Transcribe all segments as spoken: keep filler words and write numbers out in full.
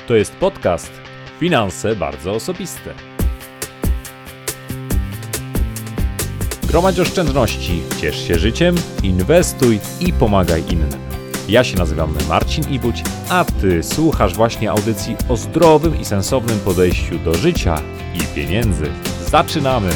To jest podcast Finanse bardzo osobiste. Gromadź oszczędności, ciesz się życiem, inwestuj i pomagaj innym. Ja się nazywam Marcin Ibuć, a Ty słuchasz właśnie audycji o zdrowym i sensownym podejściu do życia i pieniędzy. Zaczynamy!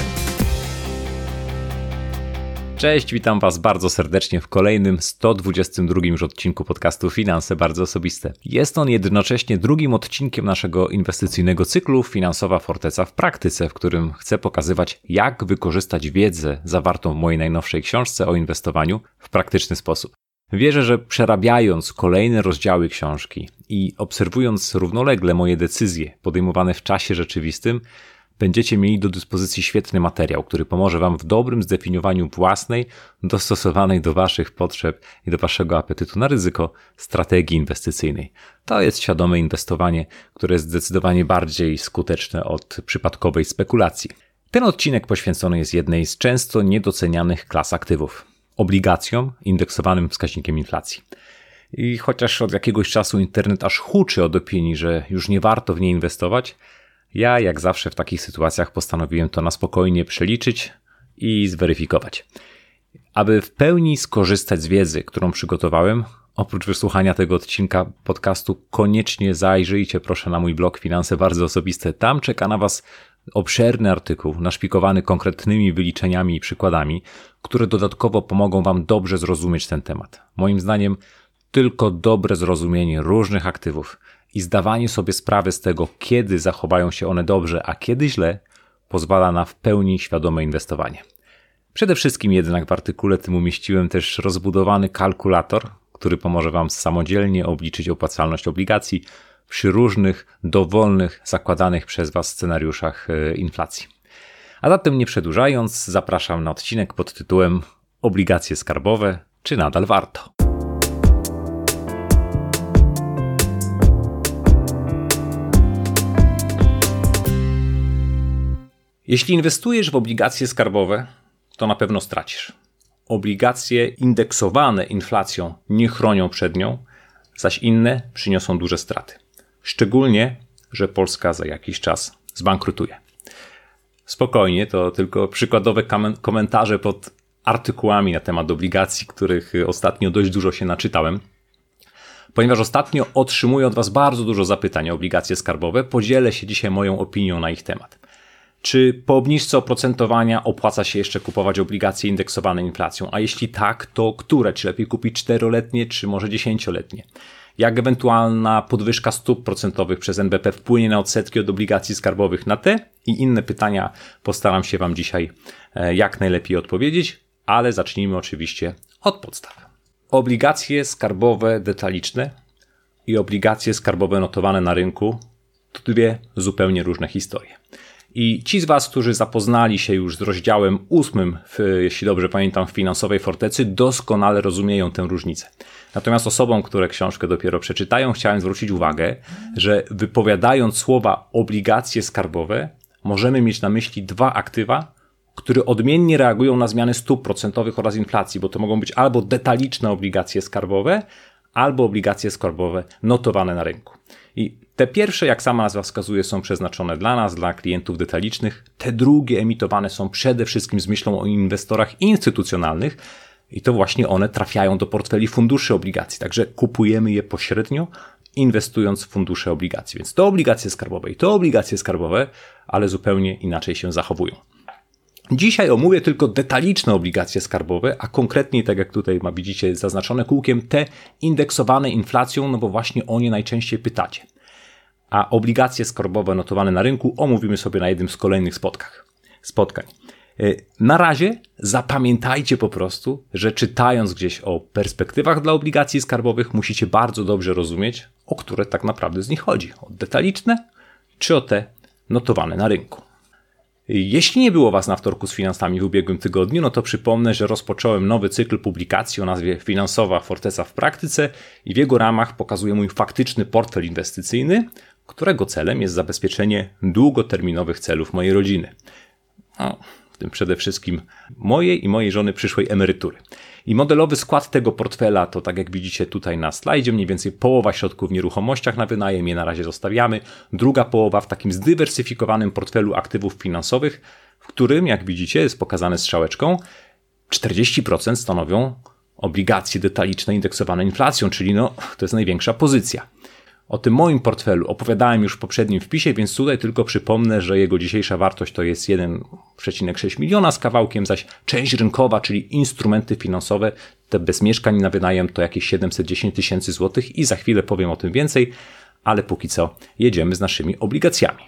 Cześć, witam Was bardzo serdecznie w kolejnym sto dwudziestym drugim już odcinku podcastu Finanse bardzo osobiste. Jest on jednocześnie drugim odcinkiem naszego inwestycyjnego cyklu Finansowa Forteca w praktyce, w którym chcę pokazywać, jak wykorzystać wiedzę zawartą w mojej najnowszej książce o inwestowaniu w praktyczny sposób. Wierzę, że przerabiając kolejne rozdziały książki i obserwując równolegle moje decyzje podejmowane w czasie rzeczywistym, będziecie mieli do dyspozycji świetny materiał, który pomoże Wam w dobrym zdefiniowaniu własnej, dostosowanej do Waszych potrzeb i do Waszego apetytu na ryzyko strategii inwestycyjnej. To jest świadome inwestowanie, które jest zdecydowanie bardziej skuteczne od przypadkowej spekulacji. Ten odcinek poświęcony jest jednej z często niedocenianych klas aktywów – obligacjom indeksowanym wskaźnikiem inflacji. I chociaż od jakiegoś czasu internet aż huczy od opinii, że już nie warto w nie inwestować, ja, jak zawsze w takich sytuacjach, postanowiłem to na spokojnie przeliczyć i zweryfikować. Aby w pełni skorzystać z wiedzy, którą przygotowałem, oprócz wysłuchania tego odcinka podcastu, koniecznie zajrzyjcie proszę na mój blog Finanse Bardzo Osobiste. Tam czeka na Was obszerny artykuł, naszpikowany konkretnymi wyliczeniami i przykładami, które dodatkowo pomogą Wam dobrze zrozumieć ten temat. Moim zdaniem tylko dobre zrozumienie różnych aktywów i zdawanie sobie sprawy z tego, kiedy zachowają się one dobrze, a kiedy źle, pozwala na w pełni świadome inwestowanie. Przede wszystkim jednak w artykule tym umieściłem też rozbudowany kalkulator, który pomoże Wam samodzielnie obliczyć opłacalność obligacji przy różnych, dowolnych, zakładanych przez Was scenariuszach inflacji. A zatem nie przedłużając, zapraszam na odcinek pod tytułem Obligacje skarbowe, czy nadal warto? Jeśli inwestujesz w obligacje skarbowe, to na pewno stracisz. Obligacje indeksowane inflacją nie chronią przed nią, zaś inne przyniosą duże straty. Szczególnie, że Polska za jakiś czas zbankrutuje. Spokojnie, to tylko przykładowe komentarze pod artykułami na temat obligacji, których ostatnio dość dużo się naczytałem. Ponieważ ostatnio otrzymuję od Was bardzo dużo zapytań o obligacje skarbowe, podzielę się dzisiaj moją opinią na ich temat. Czy po obniżce oprocentowania opłaca się jeszcze kupować obligacje indeksowane inflacją? A jeśli tak, to które? Czy lepiej kupić czteroletnie, czy może dziesięcioletnie? Jak ewentualna podwyżka stóp procentowych przez N B P wpłynie na odsetki od obligacji skarbowych? Na te i inne pytania postaram się Wam dzisiaj jak najlepiej odpowiedzieć, ale zacznijmy oczywiście od podstaw. Obligacje skarbowe detaliczne i obligacje skarbowe notowane na rynku to dwie zupełnie różne historie. I ci z Was, którzy zapoznali się już z rozdziałem ósmym, w, jeśli dobrze pamiętam, w Finansowej Fortecy, doskonale rozumieją tę różnicę. Natomiast osobom, które książkę dopiero przeczytają, chciałem zwrócić uwagę, że wypowiadając słowa obligacje skarbowe, możemy mieć na myśli dwa aktywa, które odmiennie reagują na zmiany stóp procentowych oraz inflacji, bo to mogą być albo detaliczne obligacje skarbowe, albo obligacje skarbowe notowane na rynku. I te pierwsze, jak sama nazwa wskazuje, są przeznaczone dla nas, dla klientów detalicznych. Te drugie emitowane są przede wszystkim z myślą o inwestorach instytucjonalnych i to właśnie one trafiają do portfeli funduszy obligacji. Także kupujemy je pośrednio, inwestując w fundusze obligacji. Więc to obligacje skarbowe i to obligacje skarbowe, ale zupełnie inaczej się zachowują. Dzisiaj omówię tylko detaliczne obligacje skarbowe, a konkretniej, tak jak tutaj ma widzicie zaznaczone kółkiem, te indeksowane inflacją, no bo właśnie o nie najczęściej pytacie. A obligacje skarbowe notowane na rynku omówimy sobie na jednym z kolejnych spotkach, spotkań. Na razie zapamiętajcie po prostu, że czytając gdzieś o perspektywach dla obligacji skarbowych musicie bardzo dobrze rozumieć, o które tak naprawdę z nich chodzi. O detaliczne czy o te notowane na rynku. Jeśli nie było Was na wtorku z finansami w ubiegłym tygodniu, no to przypomnę, że rozpocząłem nowy cykl publikacji o nazwie Finansowa Forteca w praktyce i w jego ramach pokazuję mój faktyczny portfel inwestycyjny, którego celem jest zabezpieczenie długoterminowych celów mojej rodziny. No, tym przede wszystkim mojej i mojej żony przyszłej emerytury. I modelowy skład tego portfela to, tak jak widzicie tutaj na slajdzie, mniej więcej połowa środków w nieruchomościach na wynajem, je na razie zostawiamy. Druga połowa w takim zdywersyfikowanym portfelu aktywów finansowych, w którym, jak widzicie, jest pokazane strzałeczką, czterdzieści procent stanowią obligacje detaliczne indeksowane inflacją, czyli no, to jest największa pozycja. O tym moim portfelu opowiadałem już w poprzednim wpisie, więc tutaj tylko przypomnę, że jego dzisiejsza wartość to jest jeden przecinek sześć miliona z kawałkiem, zaś część rynkowa, czyli instrumenty finansowe, te bez mieszkań na wynajem to jakieś siedemset dziesięć tysięcy złotych i za chwilę powiem o tym więcej, ale póki co jedziemy z naszymi obligacjami.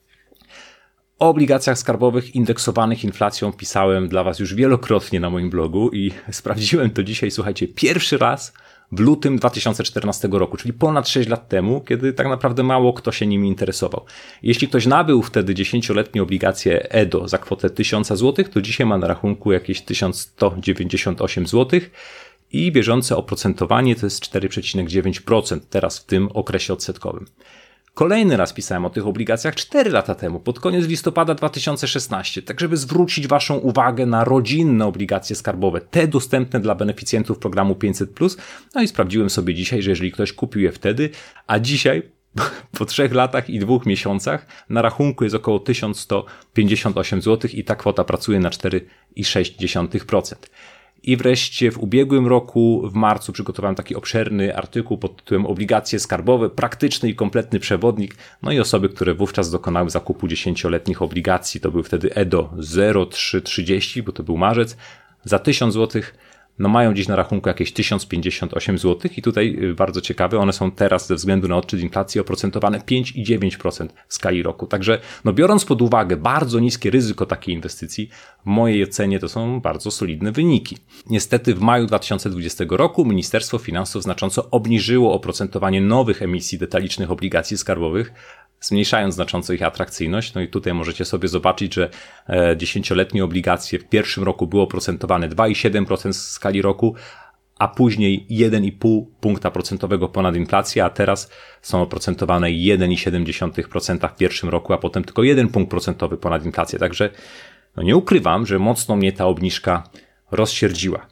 O obligacjach skarbowych indeksowanych inflacją pisałem dla Was już wielokrotnie na moim blogu i sprawdziłem to dzisiaj, słuchajcie, pierwszy raz w lutym dwa tysiące czternastego roku, czyli ponad sześć lat temu, kiedy tak naprawdę mało kto się nimi interesował. Jeśli ktoś nabył wtedy dziesięcioletnie obligacje E D O za kwotę tysiąc złotych, to dzisiaj ma na rachunku jakieś tysiąc sto dziewięćdziesiąt osiem złotych i bieżące oprocentowanie to jest cztery przecinek dziewięć procent teraz w tym okresie odsetkowym. Kolejny raz pisałem o tych obligacjach cztery lata temu, pod koniec listopada dwa tysiące szesnastego, tak żeby zwrócić Waszą uwagę na rodzinne obligacje skarbowe, te dostępne dla beneficjentów programu pięćset plus. No i sprawdziłem sobie dzisiaj, że jeżeli ktoś kupił je wtedy, a dzisiaj po trzech latach i dwóch miesiącach na rachunku jest około tysiąc sto pięćdziesiąt osiem złotych i ta kwota pracuje na cztery przecinek sześć procent. I wreszcie w ubiegłym roku, w marcu, przygotowałem taki obszerny artykuł pod tytułem Obligacje skarbowe, praktyczny i kompletny przewodnik. No i osoby, które wówczas dokonały zakupu dziesięcioletnich obligacji, to był wtedy E D O zero trzy trzydzieści, bo to był marzec, za tysiąc złotych, no mają dziś na rachunku jakieś tysiąc pięćdziesiąt osiem złotych i tutaj bardzo ciekawe, one są teraz ze względu na odczyt inflacji oprocentowane pięć przecinek dziewięć procent w skali roku. Także no biorąc pod uwagę bardzo niskie ryzyko takiej inwestycji, w mojej ocenie to są bardzo solidne wyniki. Niestety w maju dwa tysiące dwudziestego roku Ministerstwo Finansów znacząco obniżyło oprocentowanie nowych emisji detalicznych obligacji skarbowych, zmniejszając znacząco ich atrakcyjność. No i tutaj możecie sobie zobaczyć, że dziesięcioletnie obligacje w pierwszym roku było oprocentowane dwa przecinek siedem procent w skali roku, a później jeden przecinek pięć punkta procentowego ponad inflację, a teraz są oprocentowane jeden przecinek siedem procent w pierwszym roku, a potem tylko jeden punkt procentowy ponad inflację. Także no nie ukrywam, że mocno mnie ta obniżka rozsierdziła.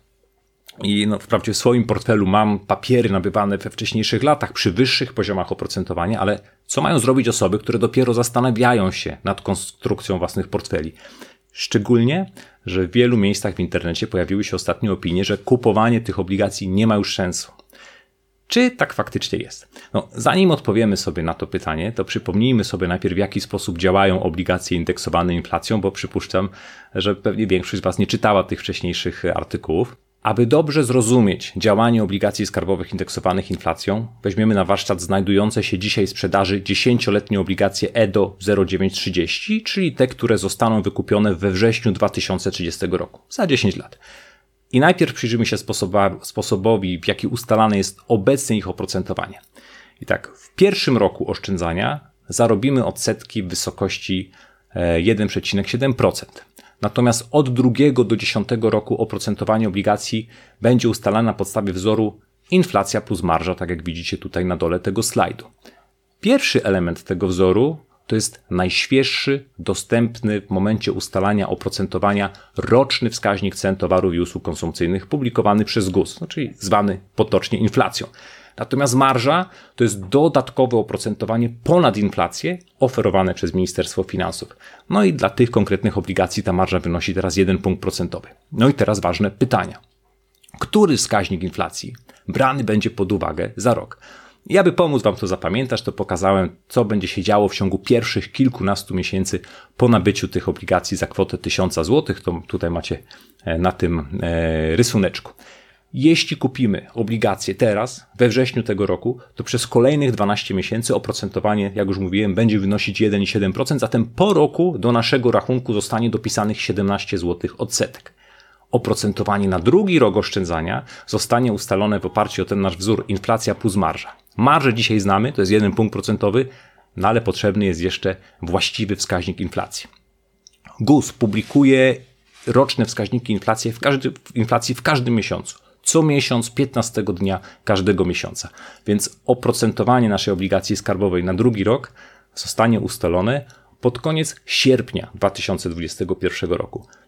I no, wprawdzie w swoim portfelu mam papiery nabywane we wcześniejszych latach przy wyższych poziomach oprocentowania, ale co mają zrobić osoby, które dopiero zastanawiają się nad konstrukcją własnych portfeli? Szczególnie, że w wielu miejscach w internecie pojawiły się ostatnie opinie, że kupowanie tych obligacji nie ma już sensu. Czy tak faktycznie jest? No, zanim odpowiemy sobie na to pytanie, to przypomnijmy sobie najpierw, w jaki sposób działają obligacje indeksowane inflacją, bo przypuszczam, że pewnie większość z Was nie czytała tych wcześniejszych artykułów. Aby dobrze zrozumieć działanie obligacji skarbowych indeksowanych inflacją, weźmiemy na warsztat znajdujące się dzisiaj w sprzedaży dziesięcioletnie obligacje E D O zero dziewięć trzydzieści, czyli te, które zostaną wykupione we wrześniu dwa tysiące trzydziestego roku, za dziesięć lat. I najpierw przyjrzymy się sposobowi, w jaki ustalane jest obecnie ich oprocentowanie. I tak, w pierwszym roku oszczędzania zarobimy odsetki w wysokości jeden przecinek siedem procent. Natomiast od drugiego do dziesiątego roku oprocentowanie obligacji będzie ustalane na podstawie wzoru inflacja plus marża, tak jak widzicie tutaj na dole tego slajdu. Pierwszy element tego wzoru to jest najświeższy, dostępny w momencie ustalania oprocentowania roczny wskaźnik cen towarów i usług konsumpcyjnych publikowany przez G U S, no czyli zwany potocznie inflacją. Natomiast marża to jest dodatkowe oprocentowanie ponad inflację oferowane przez Ministerstwo Finansów. No i dla tych konkretnych obligacji ta marża wynosi teraz jeden punkt procentowy. No i teraz ważne pytania. Który wskaźnik inflacji brany będzie pod uwagę za rok? I aby pomóc Wam to zapamiętać, to pokazałem, co będzie się działo w ciągu pierwszych kilkunastu miesięcy po nabyciu tych obligacji za kwotę tysiąc złotych. To tutaj macie na tym rysuneczku. Jeśli kupimy obligacje teraz, we wrześniu tego roku, to przez kolejnych dwanaście miesięcy oprocentowanie, jak już mówiłem, będzie wynosić jeden przecinek siedem procent, zatem po roku do naszego rachunku zostanie dopisanych siedemnaście złotych odsetek. Oprocentowanie na drugi rok oszczędzania zostanie ustalone w oparciu o ten nasz wzór inflacja plus marża. Marżę dzisiaj znamy, to jest jeden punkt procentowy, no ale potrzebny jest jeszcze właściwy wskaźnik inflacji. G U S publikuje roczne wskaźniki inflacji w, każdy, inflacji w każdym miesiącu. Co miesiąc, piętnastego dnia każdego miesiąca. Więc oprocentowanie naszej obligacji skarbowej na drugi rok zostanie ustalone pod koniec sierpnia dwa tysiące dwudziestego pierwszego roku.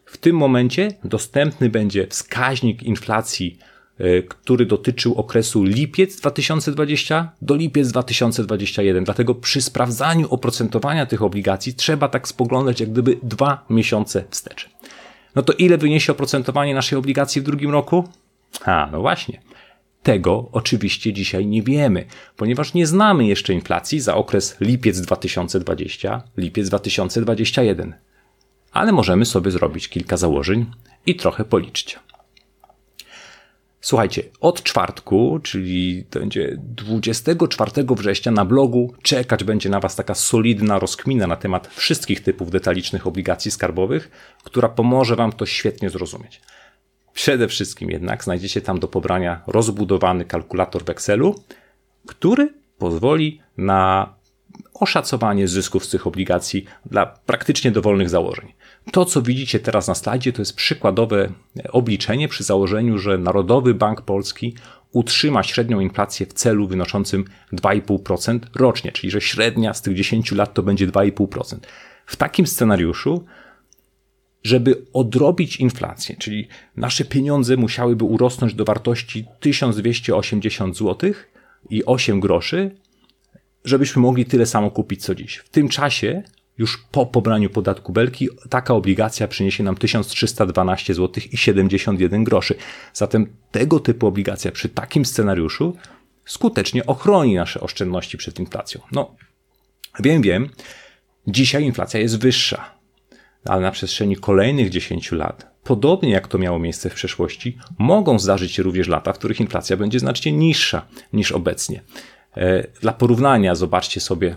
W tym momencie dostępny będzie wskaźnik inflacji, który dotyczył okresu lipiec dwa tysiące dwudziesty do lipiec dwa tysiące dwudziesty pierwszy. Dlatego przy sprawdzaniu oprocentowania tych obligacji trzeba tak spoglądać jak gdyby dwa miesiące wstecz. No to ile wyniesie oprocentowanie naszej obligacji w drugim roku? A, no właśnie. Tego oczywiście dzisiaj nie wiemy, ponieważ nie znamy jeszcze inflacji za okres lipiec dwa tysiące dwudziesty, lipiec dwa tysiące dwudziesty pierwszy. Ale możemy sobie zrobić kilka założeń i trochę policzyć. Słuchajcie, od czwartku, czyli to będzie dwudziestego czwartego września na blogu czekać będzie na Was taka solidna rozkmina na temat wszystkich typów detalicznych obligacji skarbowych, która pomoże Wam to świetnie zrozumieć. Przede wszystkim jednak znajdziecie tam do pobrania rozbudowany kalkulator w Excelu, który pozwoli na oszacowanie zysków z tych obligacji dla praktycznie dowolnych założeń. To, co widzicie teraz na slajdzie, to jest przykładowe obliczenie przy założeniu, że Narodowy Bank Polski utrzyma średnią inflację w celu wynoszącym dwa i pół procent rocznie, czyli że średnia z tych dziesięciu lat to będzie dwa i pół procent. W takim scenariuszu, żeby odrobić inflację, czyli nasze pieniądze musiałyby urosnąć do wartości tysiąc dwieście osiemdziesiąt złotych i osiem groszy, żebyśmy mogli tyle samo kupić co dziś. W tym czasie, już po pobraniu podatku Belki, taka obligacja przyniesie nam tysiąc trzysta dwanaście złotych i siedemdziesiąt jeden groszy. Zatem tego typu obligacja przy takim scenariuszu skutecznie ochroni nasze oszczędności przed inflacją. No, wiem, wiem, dzisiaj inflacja jest wyższa, ale na przestrzeni kolejnych dziesięciu lat, podobnie jak to miało miejsce w przeszłości, mogą zdarzyć się również lata, w których inflacja będzie znacznie niższa niż obecnie. Dla porównania zobaczcie sobie,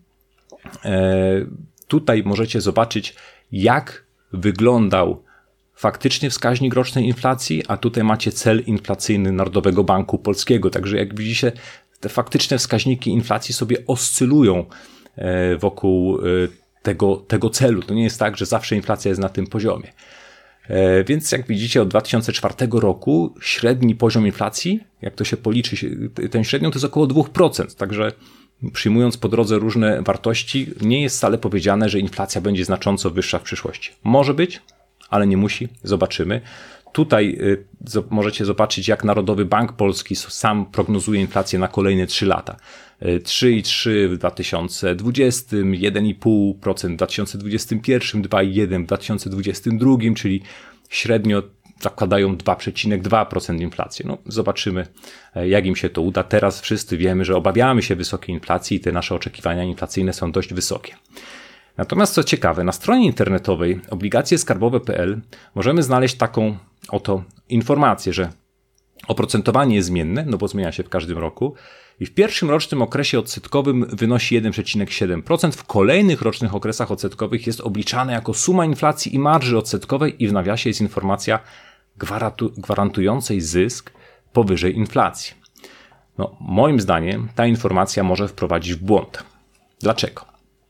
tutaj możecie zobaczyć, jak wyglądał faktycznie wskaźnik rocznej inflacji, a tutaj macie cel inflacyjny Narodowego Banku Polskiego. Także jak widzicie, te faktyczne wskaźniki inflacji sobie oscylują wokół tego, tego celu. To nie jest tak, że zawsze inflacja jest na tym poziomie. Więc jak widzicie, od dwa tysiące czwartego roku średni poziom inflacji, jak to się policzy, ten średnią to jest około dwa procent. Także przyjmując po drodze różne wartości, nie jest wcale powiedziane, że inflacja będzie znacząco wyższa w przyszłości. Może być, ale nie musi. Zobaczymy. Tutaj y, możecie zobaczyć, jak Narodowy Bank Polski sam prognozuje inflację na kolejne trzy lata. trzy i trzy w dwa tysiące dwudziestym, jeden i pół procent w dwa tysiące dwudziestym pierwszym, dwa i jeden w dwa tysiące dwudziestym drugim, czyli średnio zakładają dwa przecinek dwa procent inflacji. No, zobaczymy, jak im się to uda. Teraz wszyscy wiemy, że obawiamy się wysokiej inflacji i te nasze oczekiwania inflacyjne są dość wysokie. Natomiast co ciekawe, na stronie internetowej obligacje skarbowe kropka p l możemy znaleźć taką oto informację, że oprocentowanie jest zmienne, no bo zmienia się w każdym roku i w pierwszym rocznym okresie odsetkowym wynosi jeden przecinek siedem procent, w kolejnych rocznych okresach odsetkowych jest obliczane jako suma inflacji i marży odsetkowej i w nawiasie jest informacja gwarantu- gwarantującej zysk powyżej inflacji. No, moim zdaniem ta informacja może wprowadzić w błąd. Dlaczego?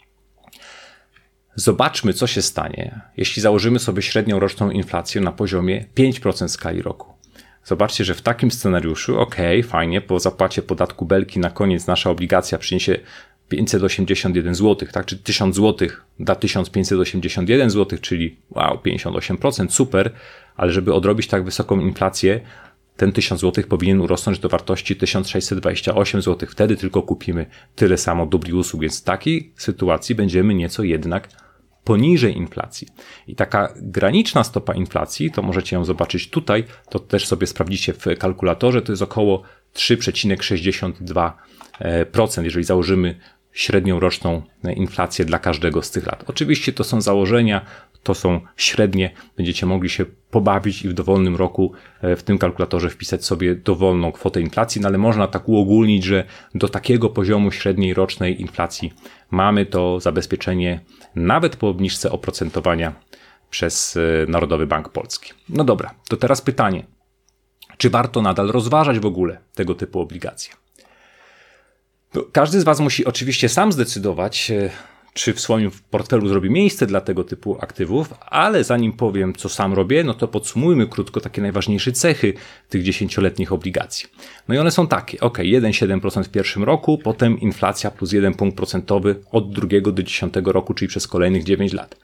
Zobaczmy, co się stanie, jeśli założymy sobie średnią roczną inflację na poziomie pięć procent w skali roku. Zobaczcie, że w takim scenariuszu, ok, fajnie, po zapłacie podatku Belki na koniec nasza obligacja przyniesie pięćset osiemdziesiąt jeden złotych, tak, czy tysiąc złotych da tysiąc pięćset osiemdziesiąt jeden złotych, czyli wow, pięćdziesiąt osiem procent, super, ale żeby odrobić tak wysoką inflację, ten tysiąc złotych powinien urosnąć do wartości tysiąc sześćset dwadzieścia osiem złotych. Wtedy tylko kupimy tyle samo dóbr i usług, więc w takiej sytuacji będziemy nieco jednak poniżej inflacji. I taka graniczna stopa inflacji, to możecie ją zobaczyć tutaj, to też sobie sprawdzicie w kalkulatorze, to jest około trzy przecinek sześćdziesiąt dwa procent, jeżeli założymy średnią roczną inflację dla każdego z tych lat. Oczywiście to są założenia, to są średnie, będziecie mogli się pobawić i w dowolnym roku w tym kalkulatorze wpisać sobie dowolną kwotę inflacji, no ale można tak uogólnić, że do takiego poziomu średniej rocznej inflacji mamy to zabezpieczenie nawet po obniżce oprocentowania przez Narodowy Bank Polski. No dobra, to teraz pytanie, czy warto nadal rozważać w ogóle tego typu obligacje? Każdy z Was musi oczywiście sam zdecydować, czy w swoim portfelu zrobi miejsce dla tego typu aktywów, ale zanim powiem, co sam robię, no to podsumujmy krótko takie najważniejsze cechy tych dziesięcioletnich obligacji. No i one są takie, ok, jeden przecinek siedem procent w pierwszym roku, potem inflacja plus jeden punkt procentowy od drugiego do dziesiątego roku, czyli przez kolejnych dziewięć lat.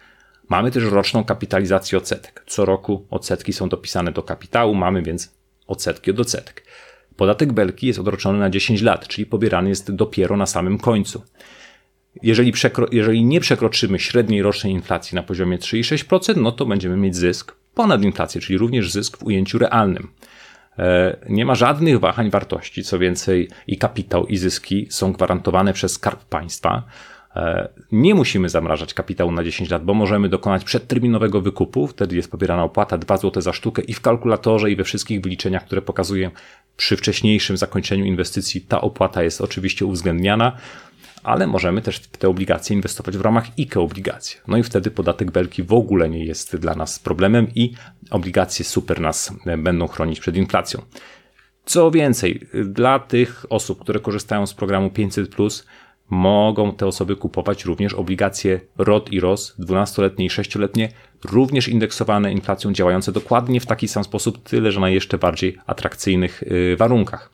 Mamy też roczną kapitalizację odsetek. Co roku odsetki są dopisane do kapitału, mamy więc odsetki od odsetek. Podatek Belki jest odroczony na dziesięć lat, czyli pobierany jest dopiero na samym końcu. Jeżeli, przekro- jeżeli nie przekroczymy średniej rocznej inflacji na poziomie trzy i sześć procent, no to będziemy mieć zysk ponad inflację, czyli również zysk w ujęciu realnym. E, nie ma żadnych wahań wartości, co więcej i kapitał i zyski są gwarantowane przez Skarb Państwa. E, nie musimy zamrażać kapitału na dziesięć lat, bo możemy dokonać przedterminowego wykupu, wtedy jest pobierana opłata dwa złote za sztukę i w kalkulatorze i we wszystkich wyliczeniach, które pokazuję przy wcześniejszym zakończeniu inwestycji, ta opłata jest oczywiście uwzględniana, ale możemy też w te obligacje inwestować w ramach I K E obligacje. No i wtedy podatek Belki w ogóle nie jest dla nas problemem i obligacje super nas będą chronić przed inflacją. Co więcej, dla tych osób, które korzystają z programu pięćset plus, mogą te osoby kupować również obligacje R O T i R O S, dwunastoletnie i sześcioletnie, również indeksowane inflacją, działające dokładnie w taki sam sposób, tyle że na jeszcze bardziej atrakcyjnych warunkach.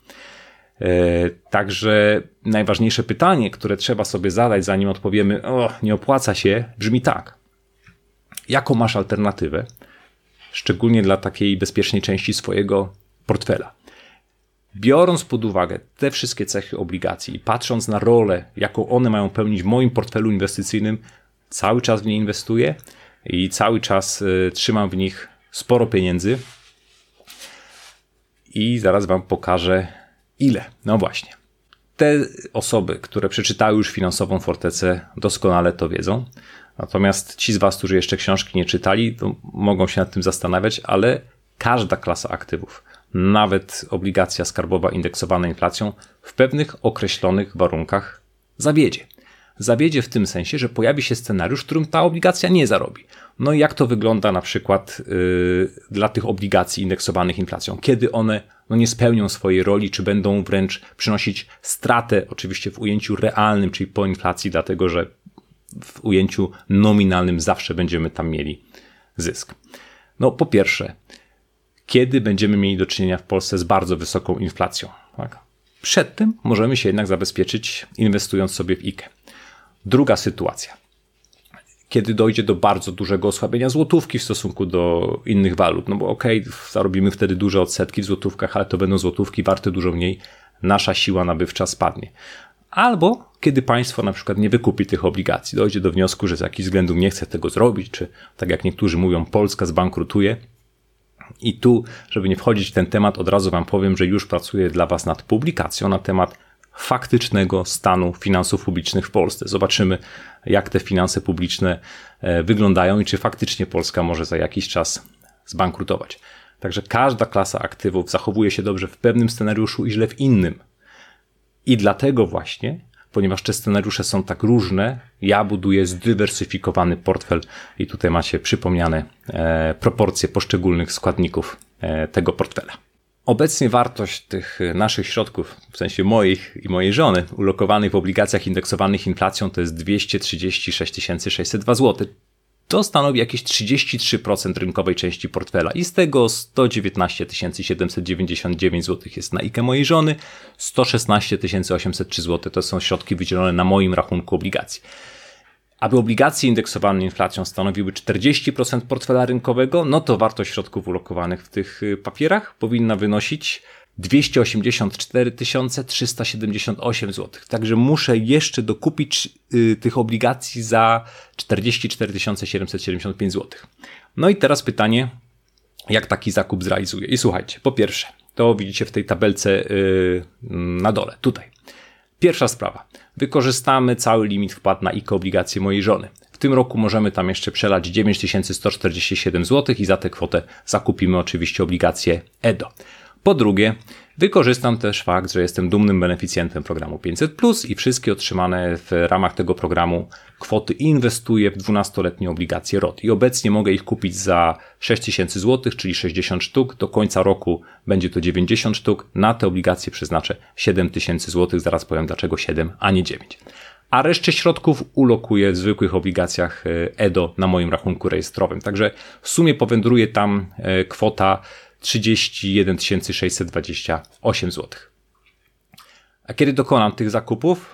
Także najważniejsze pytanie, które trzeba sobie zadać, zanim odpowiemy, o, nie opłaca się, brzmi tak. Jaką masz alternatywę, szczególnie dla takiej bezpiecznej części swojego portfela? Biorąc pod uwagę te wszystkie cechy obligacji i patrząc na rolę, jaką one mają pełnić w moim portfelu inwestycyjnym, cały czas w nie inwestuję i cały czas y, trzymam w nich sporo pieniędzy i zaraz wam pokażę ile. No właśnie. Te osoby, które przeczytały już Finansową Fortecę, doskonale to wiedzą. Natomiast ci z was, którzy jeszcze książki nie czytali, to mogą się nad tym zastanawiać, ale każda klasa aktywów, nawet obligacja skarbowa indeksowana inflacją, w pewnych określonych warunkach zawiedzie. Zawiedzie w tym sensie, że pojawi się scenariusz, w którym ta obligacja nie zarobi. No i jak to wygląda na przykład yy, dla tych obligacji indeksowanych inflacją? Kiedy one no, nie spełnią swojej roli, czy będą wręcz przynosić stratę, oczywiście w ujęciu realnym, czyli po inflacji, dlatego że w ujęciu nominalnym zawsze będziemy tam mieli zysk. No po pierwsze, kiedy będziemy mieli do czynienia w Polsce z bardzo wysoką inflacją? Tak? Przed tym możemy się jednak zabezpieczyć, inwestując sobie w I K E. Druga sytuacja. Kiedy dojdzie do bardzo dużego osłabienia złotówki w stosunku do innych walut, no bo okej, okay, zarobimy wtedy duże odsetki w złotówkach, ale to będą złotówki warte dużo mniej, nasza siła nabywcza spadnie. Albo kiedy państwo na przykład nie wykupi tych obligacji, dojdzie do wniosku, że z jakichś względów nie chce tego zrobić, czy tak jak niektórzy mówią, Polska zbankrutuje. I tu, żeby nie wchodzić w ten temat, od razu wam powiem, że już pracuję dla was nad publikacją na temat faktycznego stanu finansów publicznych w Polsce. Zobaczymy, jak te finanse publiczne wyglądają i czy faktycznie Polska może za jakiś czas zbankrutować. Także każda klasa aktywów zachowuje się dobrze w pewnym scenariuszu i źle w innym. I dlatego właśnie, ponieważ te scenariusze są tak różne, ja buduję zdywersyfikowany portfel i tutaj macie przypomniane e, proporcje poszczególnych składników e, tego portfela. Obecnie wartość tych naszych środków, w sensie moich i mojej żony, ulokowanych w obligacjach indeksowanych inflacją, to jest dwieście trzydzieści sześć tysięcy sześćset dwa złote. To stanowi jakieś trzydzieści trzy procent rynkowej części portfela i z tego sto dziewiętnaście tysięcy siedemset dziewięćdziesiąt dziewięć złotych jest na I K E mojej żony, sto szesnaście tysięcy osiemset trzy złote to są środki wydzielone na moim rachunku obligacji. Aby obligacje indeksowane inflacją stanowiły czterdzieści procent portfela rynkowego, no to wartość środków ulokowanych w tych papierach powinna wynosić dwieście osiemdziesiąt cztery tysiące trzysta siedemdziesiąt osiem złotych. Także muszę jeszcze dokupić y, tych obligacji za czterdzieści cztery tysiące siedemset siedemdziesiąt pięć złotych. No i teraz pytanie, jak taki zakup zrealizuję? I słuchajcie, po pierwsze, to widzicie w tej tabelce y, na dole, tutaj. Pierwsza sprawa. Wykorzystamy cały limit wpłat na I K E obligacje mojej żony. W tym roku możemy tam jeszcze przelać dziewięć tysięcy sto czterdzieści siedem złotych i za tę kwotę zakupimy oczywiście obligacje E D O. Po drugie, wykorzystam też fakt, że jestem dumnym beneficjentem programu pięćset plus i wszystkie otrzymane w ramach tego programu kwoty inwestuję w dwunastoletnie obligacje R O T. I obecnie mogę ich kupić za sześć tysięcy złotych, czyli sześćdziesiąt sztuk. Do końca roku będzie to dziewięćdziesiąt sztuk. Na te obligacje przeznaczę siedem tysięcy złotych. Zaraz powiem dlaczego siedem, a nie dziewięć. A resztę środków ulokuję w zwykłych obligacjach E D O na moim rachunku rejestrowym. Także w sumie powędruje tam kwota trzydzieści jeden tysięcy sześćset dwadzieścia osiem złotych. A kiedy dokonam tych zakupów?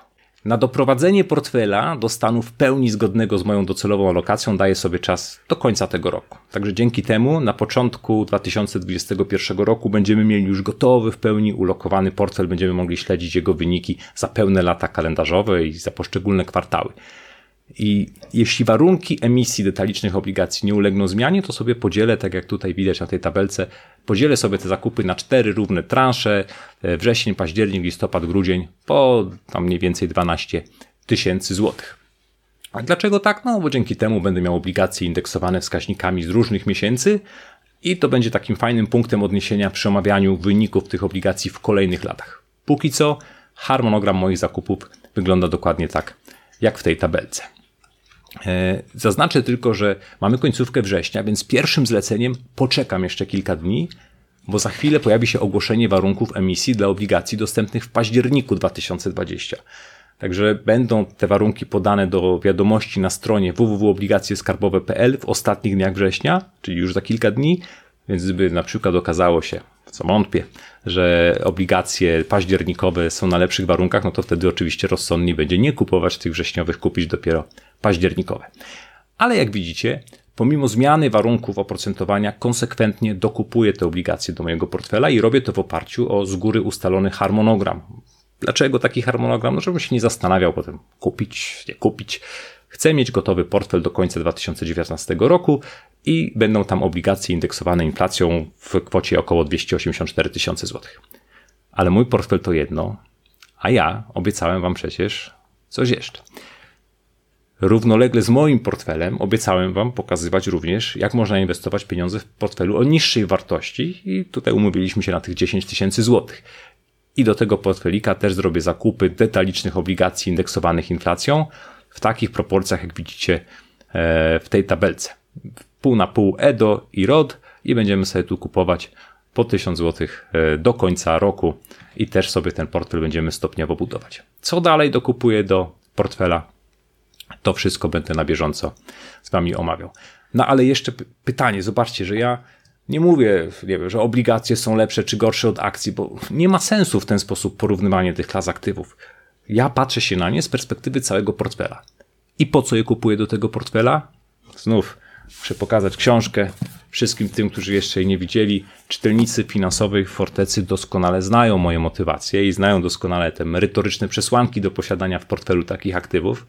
Na doprowadzenie portfela do stanu w pełni zgodnego z moją docelową alokacją daję sobie czas do końca tego roku. Także dzięki temu na początku dwa tysiące dwudziestego pierwszego roku będziemy mieli już gotowy, w pełni ulokowany portfel, będziemy mogli śledzić jego wyniki za pełne lata kalendarzowe i za poszczególne kwartały. I jeśli warunki emisji detalicznych obligacji nie ulegną zmianie, to sobie podzielę, tak jak tutaj widać na tej tabelce, podzielę sobie te zakupy na cztery równe transze, wrzesień, październik, listopad, grudzień, po tam mniej więcej dwanaście tysięcy złotych. A dlaczego tak? No bo dzięki temu będę miał obligacje indeksowane wskaźnikami z różnych miesięcy i to będzie takim fajnym punktem odniesienia przy omawianiu wyników tych obligacji w kolejnych latach. Póki co harmonogram moich zakupów wygląda dokładnie tak, jak w tej tabelce. Zaznaczę tylko, że mamy końcówkę września, więc pierwszym zleceniem poczekam jeszcze kilka dni, bo za chwilę pojawi się ogłoszenie warunków emisji dla obligacji dostępnych w październiku dwa tysiące dwudziestego. Także będą te warunki podane do wiadomości na stronie w w w kropka obligacje skarbowe kropka p l w ostatnich dniach września, czyli już za kilka dni, więc gdyby na przykład okazało się, co wątpię, że obligacje październikowe są na lepszych warunkach, no to wtedy oczywiście rozsądniej będzie nie kupować tych wrześniowych, kupić dopiero październikowe. Ale jak widzicie, pomimo zmiany warunków oprocentowania konsekwentnie dokupuję te obligacje do mojego portfela i robię to w oparciu o z góry ustalony harmonogram. Dlaczego taki harmonogram? No żebym się nie zastanawiał potem kupić, nie kupić. Chcę mieć gotowy portfel do końca dwa tysiące dziewiętnastego roku i będą tam obligacje indeksowane inflacją w kwocie około dwieście osiemdziesiąt cztery tysiące złotych. Ale mój portfel to jedno, a ja obiecałem wam przecież coś jeszcze. Równolegle z moim portfelem obiecałem wam pokazywać również, jak można inwestować pieniądze w portfelu o niższej wartości i tutaj umówiliśmy się na tych dziesięć tysięcy złotych. I do tego portfelika też zrobię zakupy detalicznych obligacji indeksowanych inflacją w takich proporcjach, jak widzicie w tej tabelce. Pół na pół E D O i R O D i będziemy sobie tu kupować po tysiąc złotych do końca roku i też sobie ten portfel będziemy stopniowo budować. Co dalej dokupuję do portfela? To wszystko będę na bieżąco z wami omawiał. No ale jeszcze p- pytanie, zobaczcie, że ja nie mówię, nie wiem, że obligacje są lepsze czy gorsze od akcji, bo nie ma sensu w ten sposób porównywanie tych klas aktywów. Ja patrzę się na nie z perspektywy całego portfela. I po co je kupuję do tego portfela? Znów muszę pokazać książkę wszystkim tym, którzy jeszcze jej nie widzieli. Czytelnicy finansowej Fortecy doskonale znają moje motywacje i znają doskonale te merytoryczne przesłanki do posiadania w portfelu takich aktywów.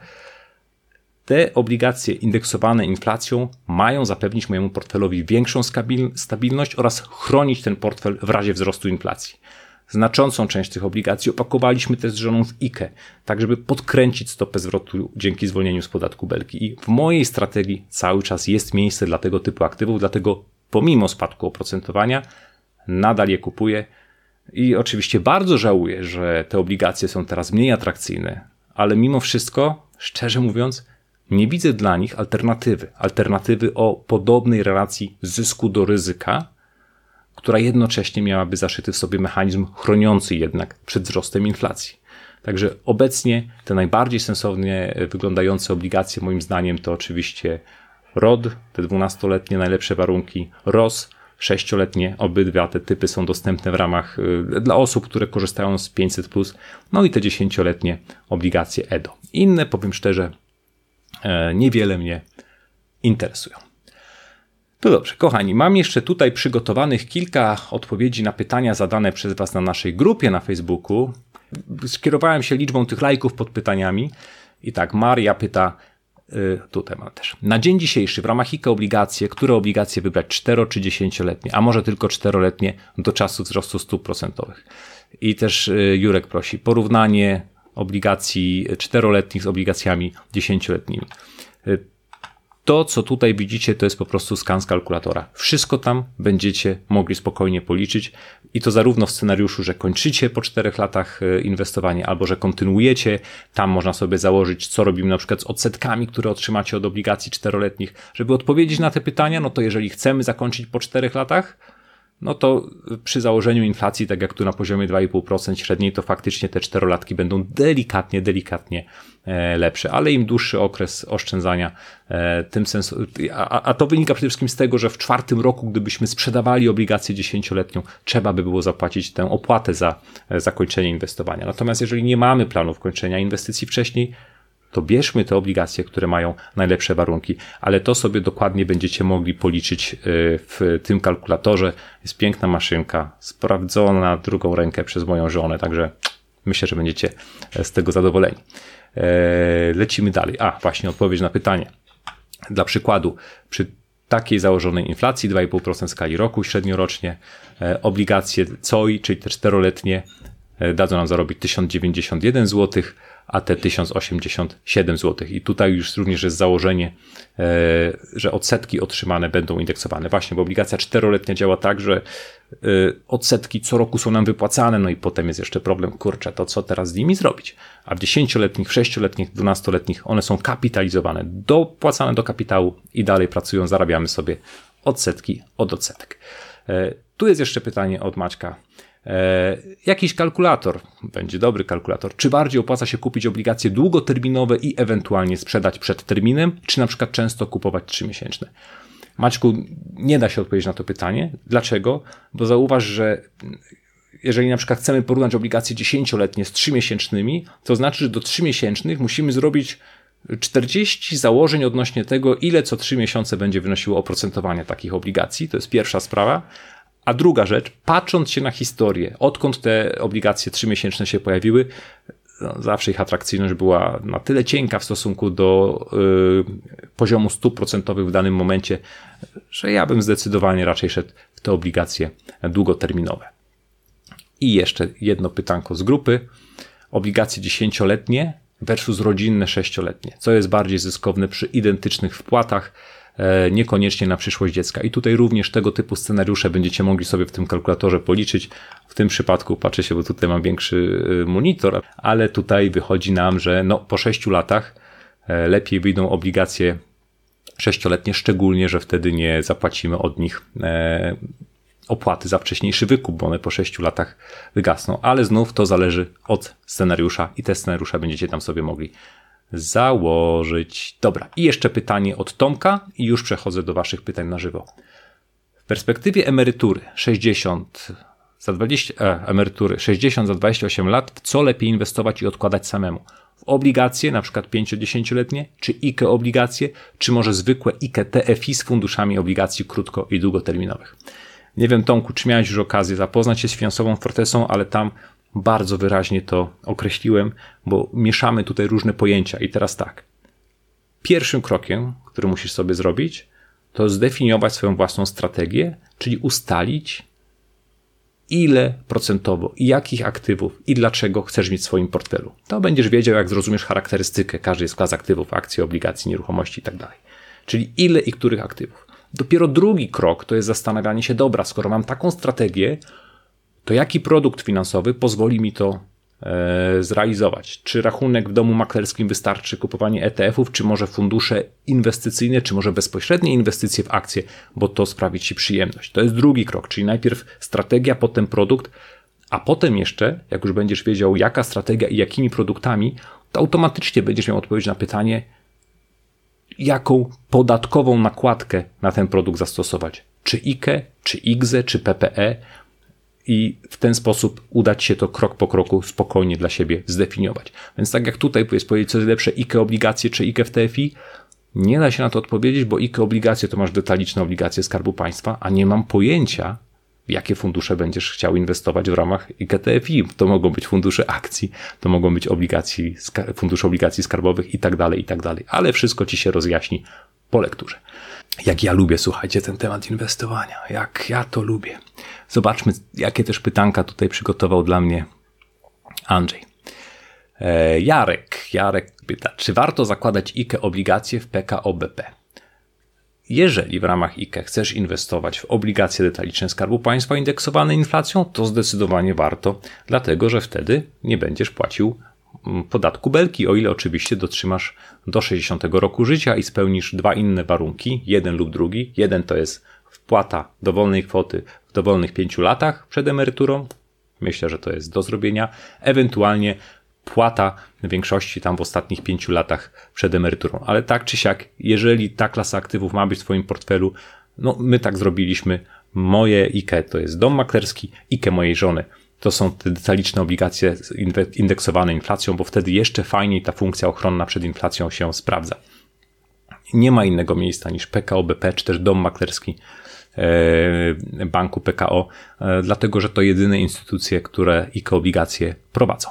Te obligacje indeksowane inflacją mają zapewnić mojemu portfelowi większą stabilność oraz chronić ten portfel w razie wzrostu inflacji. Znaczącą część tych obligacji opakowaliśmy też z żoną w I K E, tak żeby podkręcić stopę zwrotu dzięki zwolnieniu z podatku Belki. I w mojej strategii cały czas jest miejsce dla tego typu aktywów, dlatego pomimo spadku oprocentowania nadal je kupuję. I oczywiście bardzo żałuję, że te obligacje są teraz mniej atrakcyjne, ale mimo wszystko, szczerze mówiąc, nie widzę dla nich alternatywy. Alternatywy o podobnej relacji zysku do ryzyka, która jednocześnie miałaby zaszyty w sobie mechanizm chroniący jednak przed wzrostem inflacji. Także obecnie te najbardziej sensownie wyglądające obligacje moim zdaniem to oczywiście R O D, te dwunastoletnie najlepsze warunki, R O S, sześcioletnie, obydwa te typy są dostępne w ramach y, dla osób, które korzystają z pięćset plus, no i te dziesięcioletnie obligacje E D O. Inne, powiem szczerze, y, niewiele mnie interesują. To dobrze, kochani, mam jeszcze tutaj przygotowanych kilka odpowiedzi na pytania zadane przez was na naszej grupie na Facebooku. Skierowałem się liczbą tych lajków pod pytaniami i tak, Maria pyta, yy, tutaj mam też. Na dzień dzisiejszy w ramach I K E obligacje, które obligacje wybrać, cztero czy dziesięcioletnie, a może tylko czteroletnie do czasu wzrostu stóp procentowych. I też yy, Jurek prosi, porównanie obligacji czteroletnich z obligacjami dziesięcioletnimi. Yy, To, co tutaj widzicie, to jest po prostu skan z kalkulatora. Wszystko tam będziecie mogli spokojnie policzyć i to zarówno w scenariuszu, że kończycie po czterech latach inwestowanie, albo że kontynuujecie. Tam można sobie założyć, co robimy na przykład z odsetkami, które otrzymacie od obligacji czteroletnich. Żeby odpowiedzieć na te pytania, no to jeżeli chcemy zakończyć po czterech latach, no to przy założeniu inflacji, tak jak tu na poziomie dwa i pół procent średniej, to faktycznie te czterolatki będą delikatnie, delikatnie lepsze, ale im dłuższy okres oszczędzania, tym sensu, a, a to wynika przede wszystkim z tego, że w czwartym roku, gdybyśmy sprzedawali obligację dziesięcioletnią, trzeba by było zapłacić tę opłatę za zakończenie inwestowania. Natomiast jeżeli nie mamy planów kończenia inwestycji wcześniej, to bierzmy te obligacje, które mają najlepsze warunki, ale to sobie dokładnie będziecie mogli policzyć w tym kalkulatorze. Jest piękna maszynka, sprawdzona na drugą rękę przez moją żonę, także myślę, że będziecie z tego zadowoleni. Lecimy dalej. A, właśnie odpowiedź na pytanie. Dla przykładu, przy takiej założonej inflacji dwa i pół procent w skali roku średniorocznie, obligacje C O I, czyli te czteroletnie, dadzą nam zarobić tysiąc dziewięćdziesiąt jeden złotych, a te tysiąc osiemdziesiąt siedem złotych. I tutaj już również jest założenie, że odsetki otrzymane będą indeksowane. Właśnie, bo obligacja czteroletnia działa tak, że odsetki co roku są nam wypłacane, no i potem jest jeszcze problem, kurczę, to co teraz z nimi zrobić? A w dziesięcioletnich, w sześcioletnich, dwunastoletnich one są kapitalizowane, dopłacane do kapitału i dalej pracują, zarabiamy sobie odsetki od odsetek. Tu jest jeszcze pytanie od Maćka. E, jakiś kalkulator, będzie dobry kalkulator, czy bardziej opłaca się kupić obligacje długoterminowe i ewentualnie sprzedać przed terminem, czy na przykład często kupować trzymiesięczne? Maćku, nie da się odpowiedzieć na to pytanie. Dlaczego? Bo zauważ, że jeżeli na przykład chcemy porównać obligacje dziesięcioletnie z trzymiesięcznymi, to znaczy, że do trzymiesięcznych musimy zrobić czterdzieści założeń odnośnie tego, ile co trzy miesiące będzie wynosiło oprocentowanie takich obligacji. To jest pierwsza sprawa. A druga rzecz, patrząc się na historię, odkąd te obligacje trzymiesięczne się pojawiły, no, zawsze ich atrakcyjność była na tyle cienka w stosunku do y, poziomu stóp procentowych w danym momencie, że ja bym zdecydowanie raczej szedł w te obligacje długoterminowe. I jeszcze jedno pytanko z grupy. Obligacje dziesięcioletnie versus rodzinne sześcioletnie. Co jest bardziej zyskowne przy identycznych wpłatach? Niekoniecznie na przyszłość dziecka. I tutaj również tego typu scenariusze będziecie mogli sobie w tym kalkulatorze policzyć. W tym przypadku patrzę się, bo tutaj mam większy monitor, ale tutaj wychodzi nam, że no, po sześciu latach lepiej wyjdą obligacje sześcioletnie, szczególnie, że wtedy nie zapłacimy od nich opłaty za wcześniejszy wykup, bo one po sześciu latach wygasną. Ale znów to zależy od scenariusza i te scenariusze będziecie tam sobie mogli założyć. Dobra, i jeszcze pytanie od Tomka i już przechodzę do waszych pytań na żywo. W perspektywie emerytury sześćdziesiąt za dwadzieścia, e, emerytury sześćdziesiąt za dwadzieścia osiem lat, w co lepiej inwestować i odkładać samemu? W obligacje, na przykład pięcio-dziesięcioletnie, czy I K E obligacje, czy może zwykłe I K E T F I z funduszami obligacji krótko- i długoterminowych? Nie wiem, Tomku, czy miałeś już okazję zapoznać się z finansową Fortesą, ale tam bardzo wyraźnie to określiłem, bo mieszamy tutaj różne pojęcia. I teraz tak. Pierwszym krokiem, który musisz sobie zrobić, to zdefiniować swoją własną strategię, czyli ustalić, ile procentowo i jakich aktywów i dlaczego chcesz mieć w swoim portfelu. To będziesz wiedział, jak zrozumiesz charakterystykę każdej z klas aktywów, akcji, obligacji, nieruchomości i tak dalej. Czyli ile i których aktywów. Dopiero drugi krok to jest zastanawianie się, dobra, skoro mam taką strategię, to jaki produkt finansowy pozwoli mi to e, zrealizować? Czy rachunek w domu maklerskim wystarczy, kupowanie E T F-ów, czy może fundusze inwestycyjne, czy może bezpośrednie inwestycje w akcje, bo to sprawi ci przyjemność. To jest drugi krok, czyli najpierw strategia, potem produkt, a potem jeszcze, jak już będziesz wiedział, jaka strategia i jakimi produktami, to automatycznie będziesz miał odpowiedź na pytanie, jaką podatkową nakładkę na ten produkt zastosować. Czy I K E, czy I G Z E, czy P P E, i w ten sposób uda ci się to krok po kroku spokojnie dla siebie zdefiniować. Więc tak jak tutaj jest powiedzieć, co jest lepsze, I K E obligacje czy I K E w T F I, nie da się na to odpowiedzieć, bo I K E obligacje to masz detaliczne obligacje Skarbu Państwa, a nie mam pojęcia, w jakie fundusze będziesz chciał inwestować w ramach I K E T F I. To mogą być fundusze akcji, to mogą być obligacji, fundusze obligacji skarbowych i tak dalej, i tak dalej. Ale wszystko ci się rozjaśni po lekturze. Jak ja lubię, słuchajcie, ten temat inwestowania. Jak ja to lubię. Zobaczmy, jakie też pytanka tutaj przygotował dla mnie Andrzej. E, Jarek. Jarek pyta, czy warto zakładać I K E obligacje w P K O B P? Jeżeli w ramach I K E chcesz inwestować w obligacje detaliczne Skarbu Państwa indeksowane inflacją, to zdecydowanie warto, dlatego że wtedy nie będziesz płacił podatku belki, o ile oczywiście dotrzymasz do sześćdziesiątego roku życia i spełnisz dwa inne warunki, jeden lub drugi. Jeden to jest wpłata dowolnej kwoty w dowolnych pięciu latach przed emeryturą. Myślę, że to jest do zrobienia. Ewentualnie płata w większości tam w ostatnich pięciu latach przed emeryturą. Ale tak czy siak, jeżeli ta klasa aktywów ma być w twoim portfelu, no my tak zrobiliśmy. Moje I K E to jest dom maklerski, I K E mojej żony. To są te detaliczne obligacje indeksowane inflacją, bo wtedy jeszcze fajniej ta funkcja ochronna przed inflacją się sprawdza. Nie ma innego miejsca niż P K O B P, czy też dom maklerski banku P K O, dlatego że to jedyne instytucje, które I K E obligacje prowadzą.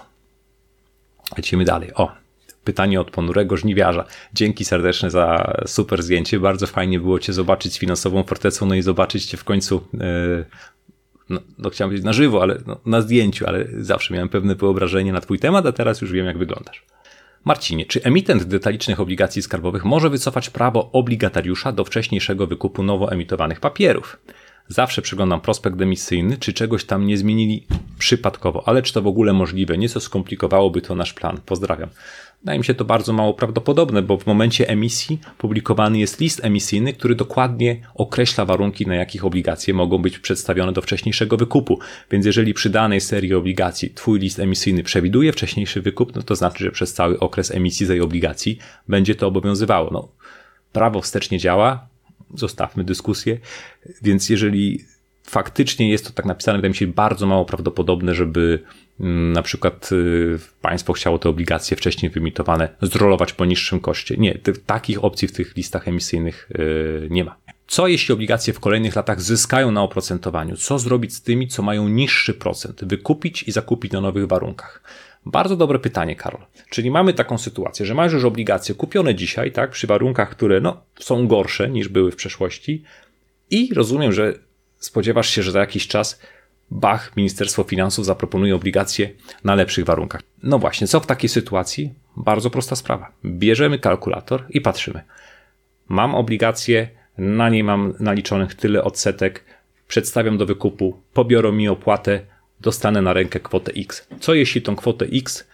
Lecimy dalej. O, pytanie od ponurego żniwiarza. Dzięki serdeczne za super zdjęcie. Bardzo fajnie było Cię zobaczyć z finansową fortecą, no i zobaczyć Cię w końcu, yy, no, no chciałem powiedzieć na żywo, ale no, na zdjęciu, ale zawsze miałem pewne wyobrażenie na Twój temat, a teraz już wiem, jak wyglądasz. Marcinie, czy emitent detalicznych obligacji skarbowych może wycofać prawo obligatariusza do wcześniejszego wykupu nowo emitowanych papierów? Zawsze przeglądam prospekt emisyjny, czy czegoś tam nie zmienili przypadkowo, ale czy to w ogóle możliwe? Nieco skomplikowałoby to nasz plan. Pozdrawiam. Wydaje mi się to bardzo mało prawdopodobne, bo w momencie emisji publikowany jest list emisyjny, który dokładnie określa warunki, na jakich obligacje mogą być przedstawione do wcześniejszego wykupu. Więc jeżeli przy danej serii obligacji twój list emisyjny przewiduje wcześniejszy wykup, no to znaczy, że przez cały okres emisji tej obligacji będzie to obowiązywało. No, prawo wstecznie działa. Zostawmy dyskusję, więc jeżeli faktycznie jest to tak napisane, wydaje mi się bardzo mało prawdopodobne, żeby mm, na przykład y, państwo chciało te obligacje wcześniej wyemitowane zrolować po niższym koszcie. Nie, ty, takich opcji w tych listach emisyjnych y, nie ma. Co jeśli obligacje w kolejnych latach zyskają na oprocentowaniu? Co zrobić z tymi, co mają niższy procent? Wykupić i zakupić na nowych warunkach? Bardzo dobre pytanie, Karol. Czyli mamy taką sytuację, że masz już obligacje kupione dzisiaj, tak, przy warunkach, które no, są gorsze niż były w przeszłości i rozumiem, że spodziewasz się, że za jakiś czas bach, Ministerstwo Finansów zaproponuje obligacje na lepszych warunkach. No właśnie, co w takiej sytuacji? Bardzo prosta sprawa. Bierzemy kalkulator i patrzymy. Mam obligacje, na niej mam naliczonych tyle odsetek, przedstawiam do wykupu, pobiorą mi opłatę, dostanę na rękę kwotę X. Co jeśli tą kwotę X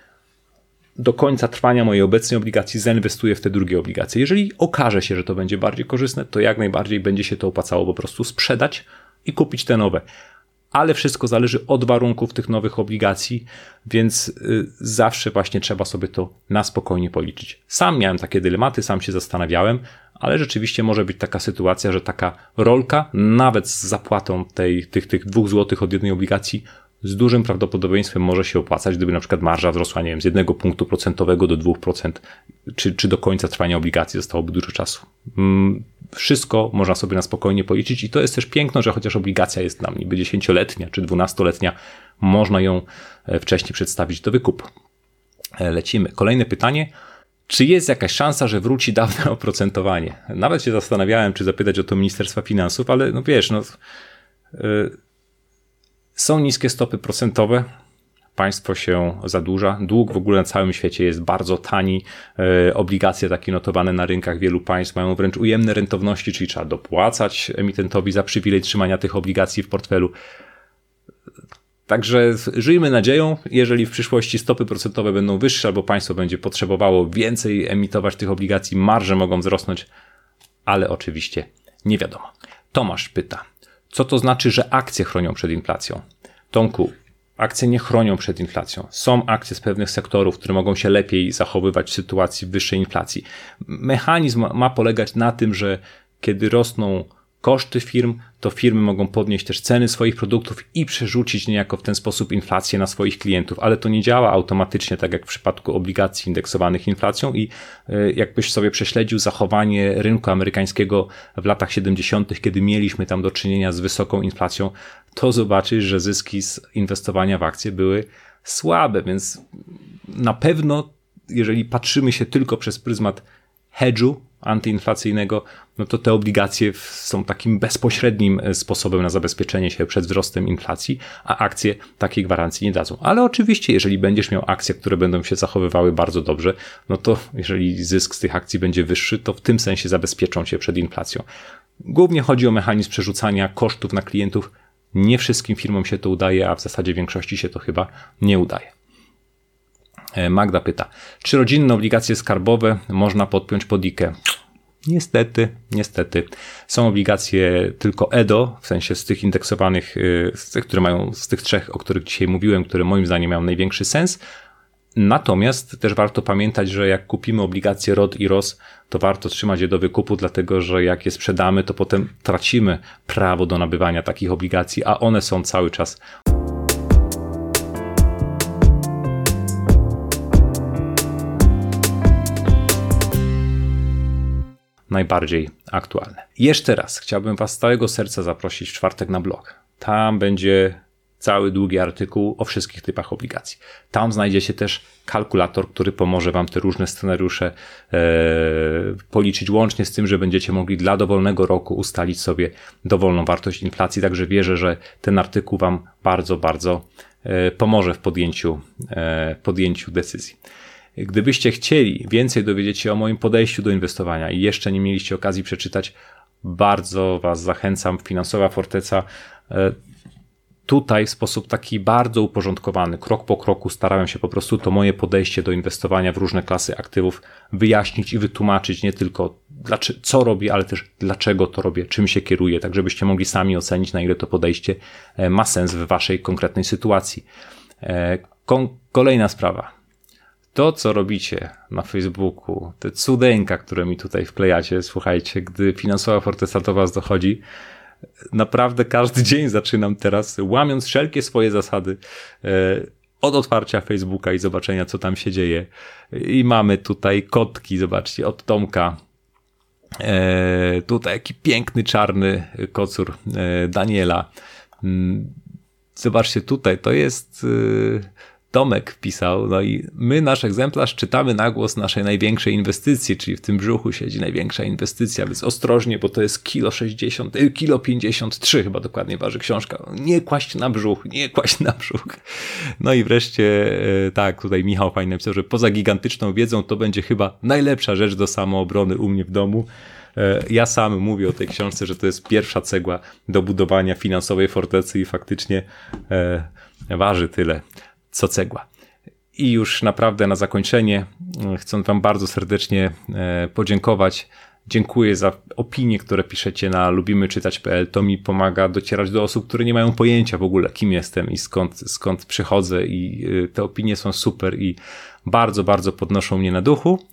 do końca trwania mojej obecnej obligacji zainwestuję w te drugie obligacje? Jeżeli okaże się, że to będzie bardziej korzystne, to jak najbardziej będzie się to opłacało po prostu sprzedać i kupić te nowe. Ale wszystko zależy od warunków tych nowych obligacji, więc y, zawsze właśnie trzeba sobie to na spokojnie policzyć. Sam miałem takie dylematy, sam się zastanawiałem, ale rzeczywiście może być taka sytuacja, że taka rolka, nawet z zapłatą tej, tych, tych dwóch złotych od jednej obligacji, z dużym prawdopodobieństwem może się opłacać, gdyby na przykład marża wzrosła, nie wiem, z jednego punktu procentowego do dwóch procent, czy, czy do końca trwania obligacji zostałoby dużo czasu. Wszystko można sobie na spokojnie policzyć i to jest też piękno, że chociaż obligacja jest nam niby dziesięcioletnia czy dwunastoletnia, można ją wcześniej przedstawić do wykupu. Lecimy. Kolejne pytanie. Czy jest jakaś szansa, że wróci dawne oprocentowanie? Nawet się zastanawiałem, czy zapytać o to Ministerstwa Finansów, ale no wiesz, no... Yy, Są niskie stopy procentowe, państwo się zadłuża, dług w ogóle na całym świecie jest bardzo tani, e, obligacje takie notowane na rynkach wielu państw mają wręcz ujemne rentowności, czyli trzeba dopłacać emitentowi za przywilej trzymania tych obligacji w portfelu. Także żyjmy nadzieją, jeżeli w przyszłości stopy procentowe będą wyższe albo państwo będzie potrzebowało więcej emitować tych obligacji, marże mogą wzrosnąć, ale oczywiście nie wiadomo. Tomasz pyta. Co to znaczy, że akcje chronią przed inflacją? Tomku, akcje nie chronią przed inflacją. Są akcje z pewnych sektorów, które mogą się lepiej zachowywać w sytuacji wyższej inflacji. Mechanizm ma polegać na tym, że kiedy rosną koszty firm, to firmy mogą podnieść też ceny swoich produktów i przerzucić niejako w ten sposób inflację na swoich klientów, ale to nie działa automatycznie, tak jak w przypadku obligacji indeksowanych inflacją i jakbyś sobie prześledził zachowanie rynku amerykańskiego w latach siedemdziesiątych, kiedy mieliśmy tam do czynienia z wysoką inflacją, to zobaczysz, że zyski z inwestowania w akcje były słabe, więc na pewno, jeżeli patrzymy się tylko przez pryzmat hedżu antyinflacyjnego, no to te obligacje są takim bezpośrednim sposobem na zabezpieczenie się przed wzrostem inflacji, a akcje takiej gwarancji nie dadzą. Ale oczywiście, jeżeli będziesz miał akcje, które będą się zachowywały bardzo dobrze, no to jeżeli zysk z tych akcji będzie wyższy, to w tym sensie zabezpieczą się przed inflacją. Głównie chodzi o mechanizm przerzucania kosztów na klientów. Nie wszystkim firmom się to udaje, a w zasadzie większości się to chyba nie udaje. Magda pyta, czy rodzinne obligacje skarbowe można podpiąć pod I K E? Niestety, niestety. Są obligacje tylko E D O, w sensie z tych indeksowanych, z tych, które mają, z tych trzech, o których dzisiaj mówiłem, które moim zdaniem mają największy sens. Natomiast też warto pamiętać, że jak kupimy obligacje R O D i R O S, to warto trzymać je do wykupu, dlatego że jak je sprzedamy, to potem tracimy prawo do nabywania takich obligacji, a one są cały czas najbardziej aktualne. Jeszcze raz chciałbym Was z całego serca zaprosić w czwartek na blog. Tam będzie cały długi artykuł o wszystkich typach obligacji. Tam znajdziecie też kalkulator, który pomoże Wam te różne scenariusze e, policzyć, łącznie z tym, że będziecie mogli dla dowolnego roku ustalić sobie dowolną wartość inflacji. Także wierzę, że ten artykuł Wam bardzo, bardzo e, pomoże w podjęciu, e, podjęciu decyzji. Gdybyście chcieli więcej dowiedzieć się o moim podejściu do inwestowania i jeszcze nie mieliście okazji przeczytać, bardzo Was zachęcam. Finansowa Forteca. Tutaj w sposób taki bardzo uporządkowany, krok po kroku starałem się po prostu to moje podejście do inwestowania w różne klasy aktywów wyjaśnić i wytłumaczyć nie tylko dlaczego, co robię, ale też dlaczego to robię, czym się kieruję, tak żebyście mogli sami ocenić, na ile to podejście ma sens w Waszej konkretnej sytuacji. Kolejna sprawa. To, co robicie na Facebooku, te cudeńka, które mi tutaj wklejacie, słuchajcie, gdy Finansowa Forteca do Was dochodzi, naprawdę każdy dzień zaczynam teraz, łamiąc wszelkie swoje zasady, od otwarcia Facebooka i zobaczenia, co tam się dzieje. I mamy tutaj kotki, zobaczcie, od Tomka. Tutaj jaki piękny, czarny kocur Daniela. Zobaczcie tutaj, to jest... Tomek wpisał, no i my nasz egzemplarz czytamy na głos naszej największej inwestycji, czyli w tym brzuchu siedzi największa inwestycja, więc ostrożnie, bo to jest kilo sześćdziesiąt, kilo pięćdziesiąt trzy chyba dokładnie waży książka. Nie kłaść na brzuch, nie kłaść na brzuch. No i wreszcie, tak, tutaj Michał fajnie napisał, że poza gigantyczną wiedzą to będzie chyba najlepsza rzecz do samoobrony u mnie w domu. Ja sam mówię o tej książce, że to jest pierwsza cegła do budowania finansowej fortecy i faktycznie e, waży tyle co cegła. I już naprawdę na zakończenie chcę Wam bardzo serdecznie podziękować. Dziękuję za opinie, które piszecie na lubimy czytać kropka p l. To mi pomaga docierać do osób, które nie mają pojęcia w ogóle, kim jestem i skąd, skąd przychodzę. I te opinie są super i bardzo, bardzo podnoszą mnie na duchu.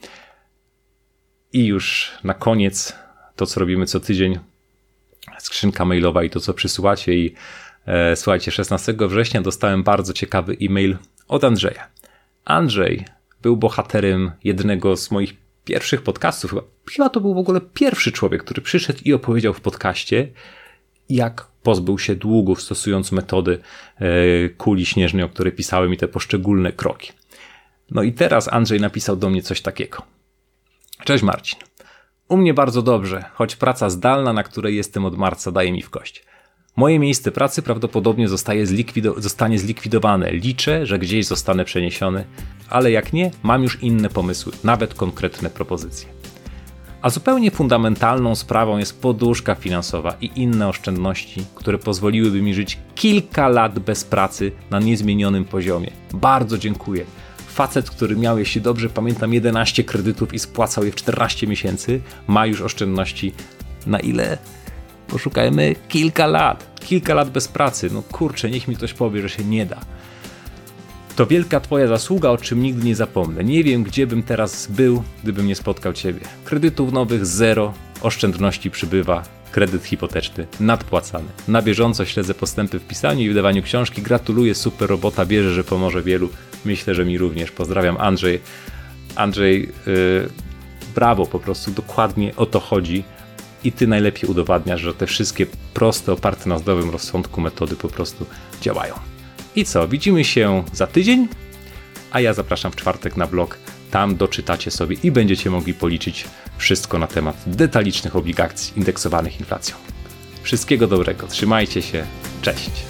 I już na koniec to, co robimy co tydzień, skrzynka mailowa i to, co przysyłacie. I słuchajcie, szesnastego września dostałem bardzo ciekawy e-mail od Andrzeja. Andrzej był bohaterem jednego z moich pierwszych podcastów. Chyba, chyba to był w ogóle pierwszy człowiek, który przyszedł i opowiedział w podcaście, jak pozbył się długów, stosując metody kuli śnieżnej, o której pisałem, i te poszczególne kroki. No i teraz Andrzej napisał do mnie coś takiego. Cześć Marcin. U mnie bardzo dobrze, choć praca zdalna, na której jestem od marca, daje mi w kość. Moje miejsce pracy prawdopodobnie zostaje zlikwido- zostanie zlikwidowane. Liczę, że gdzieś zostanę przeniesiony, ale jak nie, mam już inne pomysły, nawet konkretne propozycje. A zupełnie fundamentalną sprawą jest poduszka finansowa i inne oszczędności, które pozwoliłyby mi żyć kilka lat bez pracy na niezmienionym poziomie. Bardzo dziękuję. Facet, który miał, jeśli dobrze pamiętam, jedenaście kredytów i spłacał je w czternaście miesięcy, ma już oszczędności na ile? Poszukajmy kilka lat. Kilka lat bez pracy. No kurczę, niech mi ktoś powie, że się nie da. To wielka Twoja zasługa, o czym nigdy nie zapomnę. Nie wiem, gdzie bym teraz był, gdybym nie spotkał Ciebie. Kredytów nowych zero, oszczędności przybywa, kredyt hipoteczny nadpłacany. Na bieżąco śledzę postępy w pisaniu i wydawaniu książki. Gratuluję, super robota, wierzę, że pomoże wielu. Myślę, że mi również. Pozdrawiam, Andrzej. Andrzej, yy, brawo, po prostu dokładnie o to chodzi. I Ty najlepiej udowadniasz, że te wszystkie proste, oparte na zdrowym rozsądku metody po prostu działają. I co, widzimy się za tydzień, a ja zapraszam w czwartek na blog. Tam doczytacie sobie i będziecie mogli policzyć wszystko na temat detalicznych obligacji indeksowanych inflacją. Wszystkiego dobrego, trzymajcie się, cześć!